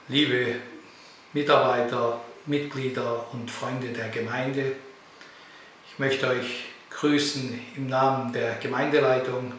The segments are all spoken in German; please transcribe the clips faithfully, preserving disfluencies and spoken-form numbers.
Liebe Mitarbeiter, Mitglieder und Freunde der Gemeinde, ich möchte euch grüßen im Namen der Gemeindeleitung.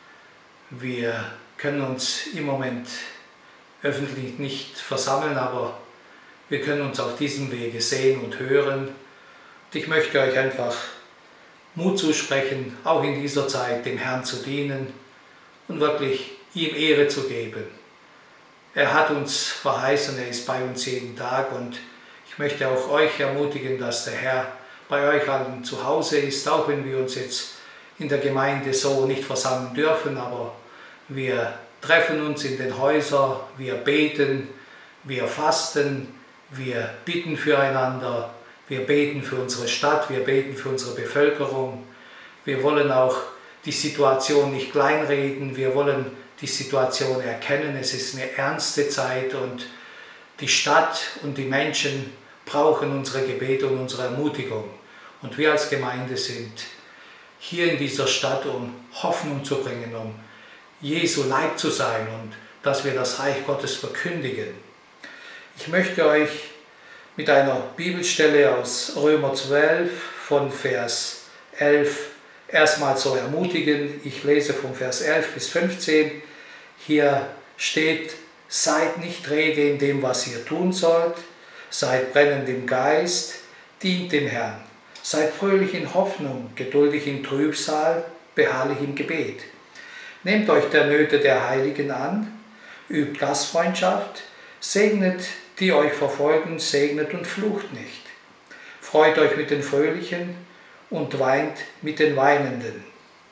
Wir können uns im Moment öffentlich nicht versammeln, aber wir können uns auf diesem Wege sehen und hören. Und ich möchte euch einfach Mut zusprechen, auch in dieser Zeit dem Herrn zu dienen und wirklich ihm Ehre zu geben. Er hat uns verheißen, er ist bei uns jeden Tag, und ich möchte auch euch ermutigen, dass der Herr bei euch allen zu Hause ist, auch wenn wir uns jetzt in der Gemeinde so nicht versammeln dürfen, aber wir treffen uns in den Häusern, wir beten, wir fasten, wir bitten füreinander, wir beten für unsere Stadt, wir beten für unsere Bevölkerung. Wir wollen auch die Situation nicht kleinreden, wir wollen die Situation erkennen. Es ist eine ernste Zeit und die Stadt und die Menschen brauchen unsere Gebete und unsere Ermutigung. Und wir als Gemeinde sind hier in dieser Stadt, um Hoffnung zu bringen, um Jesu Leib zu sein und dass wir das Reich Gottes verkündigen. Ich möchte euch mit einer Bibelstelle aus Römer zwölf von Vers elf erstmal so ermutigen. Ich lese von Vers elf bis fünfzehn. Hier steht: Seid nicht träge in dem, was ihr tun sollt, seid brennend im Geist, dient dem Herrn. Seid fröhlich in Hoffnung, geduldig in Trübsal, beharrlich im Gebet. Nehmt euch der Nöte der Heiligen an, übt Gastfreundschaft, segnet die euch verfolgen, segnet und flucht nicht. Freut euch mit den Fröhlichen und weint mit den Weinenden.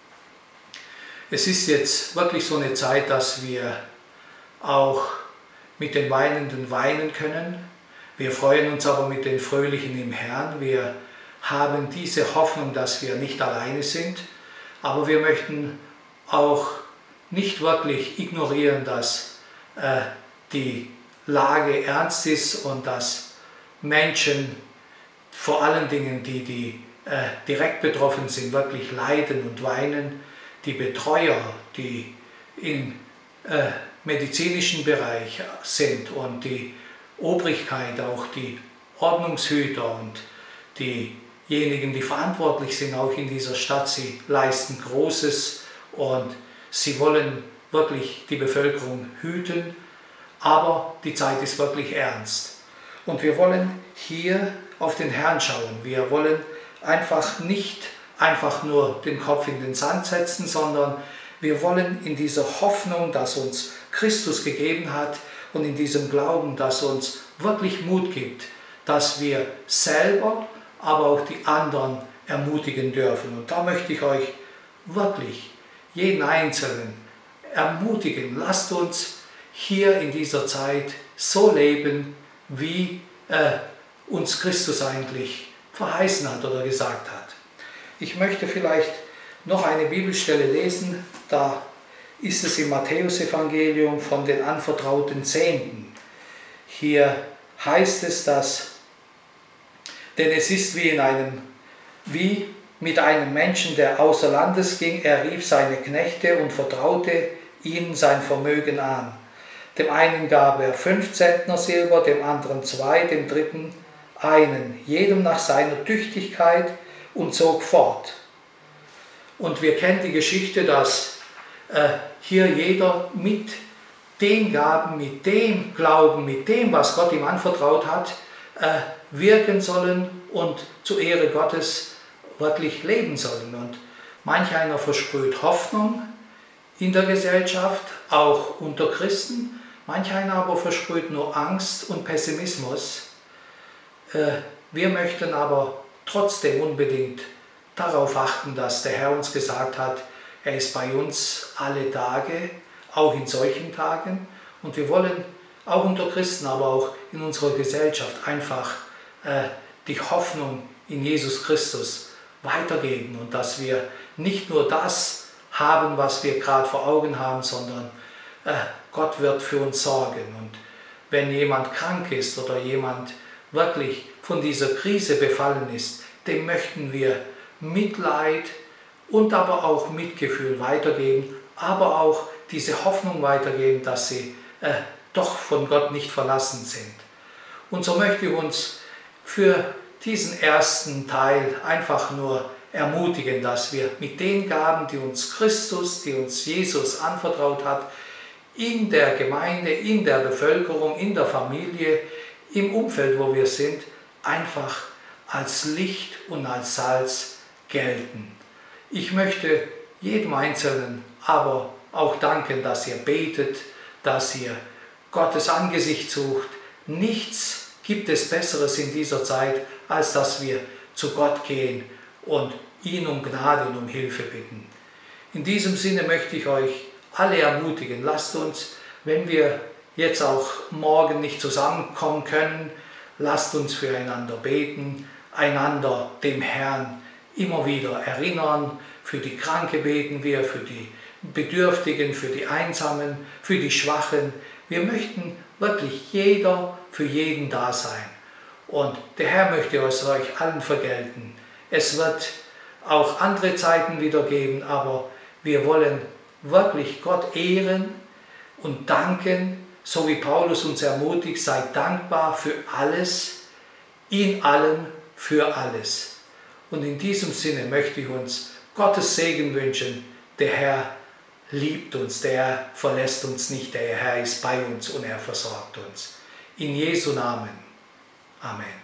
Es ist jetzt wirklich so eine Zeit, dass wir auch mit den Weinenden weinen können. Wir freuen uns aber mit den Fröhlichen im Herrn. Wir haben diese Hoffnung, dass wir nicht alleine sind, aber wir möchten auch nicht wirklich ignorieren, dass äh, die Lage ernst ist und dass Menschen, vor allen Dingen die, die äh, direkt betroffen sind, wirklich leiden und weinen. Die Betreuer, die im äh, medizinischen Bereich sind, und die Obrigkeit, auch die Ordnungshüter und diejenigen, die verantwortlich sind, auch in dieser Stadt, sie leisten Großes und sie wollen wirklich die Bevölkerung hüten, aber die Zeit ist wirklich ernst. Und wir wollen hier auf den Herrn schauen. Wir wollen einfach nicht einfach nur den Kopf in den Sand setzen, sondern wir wollen in dieser Hoffnung, dass uns Christus gegeben hat, und in diesem Glauben, dass uns wirklich Mut gibt, dass wir selber, aber auch die anderen ermutigen dürfen. Und da möchte ich euch wirklich jeden Einzelnen ermutigen. Lasst uns hier in dieser Zeit so leben, wie äh, uns Christus eigentlich verheißen hat oder gesagt hat. Ich möchte vielleicht noch eine Bibelstelle lesen, da ist es im Matthäusevangelium von den anvertrauten Zehnten. Hier heißt es, dass, denn es ist wie, in einem, wie mit einem Menschen, der außer Landes ging, er rief seine Knechte und vertraute ihnen sein Vermögen an. Dem einen gab er fünf Zentner Silber, dem anderen zwei, dem dritten einen, jedem nach seiner Tüchtigkeit, und zog fort. Und wir kennen die Geschichte, dass äh, hier jeder mit den Gaben, mit dem Glauben, mit dem, was Gott ihm anvertraut hat, äh, wirken sollen und zur Ehre Gottes wirklich leben sollen. Und manch einer versprüht Hoffnung in der Gesellschaft, auch unter Christen, manch einer aber versprüht nur Angst und Pessimismus. Äh, wir möchten aber trotzdem unbedingt darauf achten, dass der Herr uns gesagt hat, er ist bei uns alle Tage, auch in solchen Tagen. Und wir wollen auch unter Christen, aber auch in unserer Gesellschaft einfach äh, die Hoffnung in Jesus Christus weitergeben, und dass wir nicht nur das haben, was wir gerade vor Augen haben, sondern äh, Gott wird für uns sorgen. Und wenn jemand krank ist oder jemand wirklich von dieser Krise befallen ist, dem möchten wir Mitleid und aber auch Mitgefühl weitergeben, aber auch diese Hoffnung weitergeben, dass sie äh, doch von Gott nicht verlassen sind. Und so möchte ich uns für diesen ersten Teil einfach nur ermutigen, dass wir mit den Gaben, die uns Christus, die uns Jesus anvertraut hat, in der Gemeinde, in der Bevölkerung, in der Familie, im Umfeld, wo wir sind, einfach als Licht und als Salz gelten. Ich möchte jedem Einzelnen aber auch danken, dass ihr betet, dass ihr Gottes Angesicht sucht. Nichts gibt es Besseres in dieser Zeit, als dass wir zu Gott gehen und ihn um Gnade und um Hilfe bitten. In diesem Sinne möchte ich euch alle ermutigen, lasst uns, wenn wir jetzt auch morgen nicht zusammenkommen können, lasst uns füreinander beten, einander dem Herrn immer wieder erinnern. Für die Kranke beten wir, für die Bedürftigen, für die Einsamen, für die Schwachen. Wir möchten wirklich jeder für jeden da sein. Und der Herr möchte es euch allen vergelten. Es wird auch andere Zeiten wieder geben, aber wir wollen wirklich Gott ehren und danken, so wie Paulus uns ermutigt, seid dankbar für alles, in allem, für alles. Und in diesem Sinne möchte ich uns Gottes Segen wünschen. Der Herr liebt uns, der Herr verlässt uns nicht, der Herr ist bei uns und er versorgt uns. In Jesu Namen. Amen.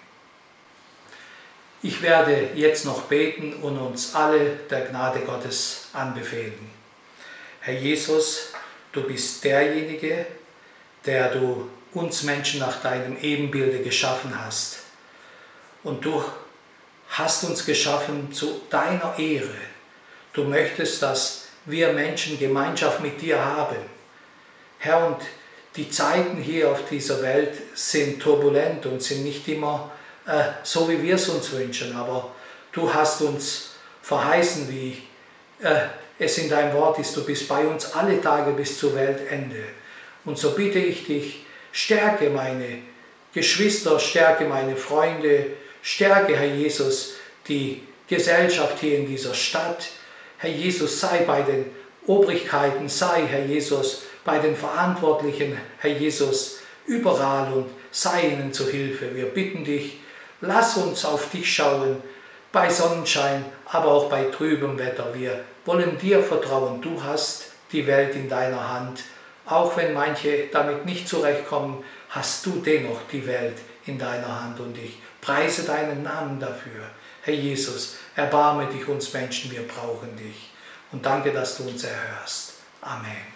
Ich werde jetzt noch beten und uns alle der Gnade Gottes anbefehlen. Herr Jesus, du bist derjenige, der du uns Menschen nach deinem Ebenbilde geschaffen hast. Und du hast uns geschaffen zu deiner Ehre. Du möchtest, dass wir Menschen Gemeinschaft mit dir haben. Herr, und die Zeiten hier auf dieser Welt sind turbulent und sind nicht immer äh, so, wie wir es uns wünschen. Aber du hast uns verheißen, wie äh, es in deinem Wort ist, du bist bei uns alle Tage bis zu Weltende. Und so bitte ich dich, stärke meine Geschwister, stärke meine Freunde, stärke, Herr Jesus, die Gesellschaft hier in dieser Stadt. Herr Jesus, sei bei den Obrigkeiten, sei, Herr Jesus, bei den Verantwortlichen, Herr Jesus, überall und sei ihnen zu Hilfe. Wir bitten dich, lass uns auf dich schauen, bei Sonnenschein, aber auch bei trübem Wetter. Wir wollen dir vertrauen. Du hast die Welt in deiner Hand. Auch wenn manche damit nicht zurechtkommen, hast du dennoch die Welt in deiner Hand. Und ich preise deinen Namen dafür. Herr Jesus, erbarme dich uns Menschen, wir brauchen dich. Und danke, dass du uns erhörst. Amen.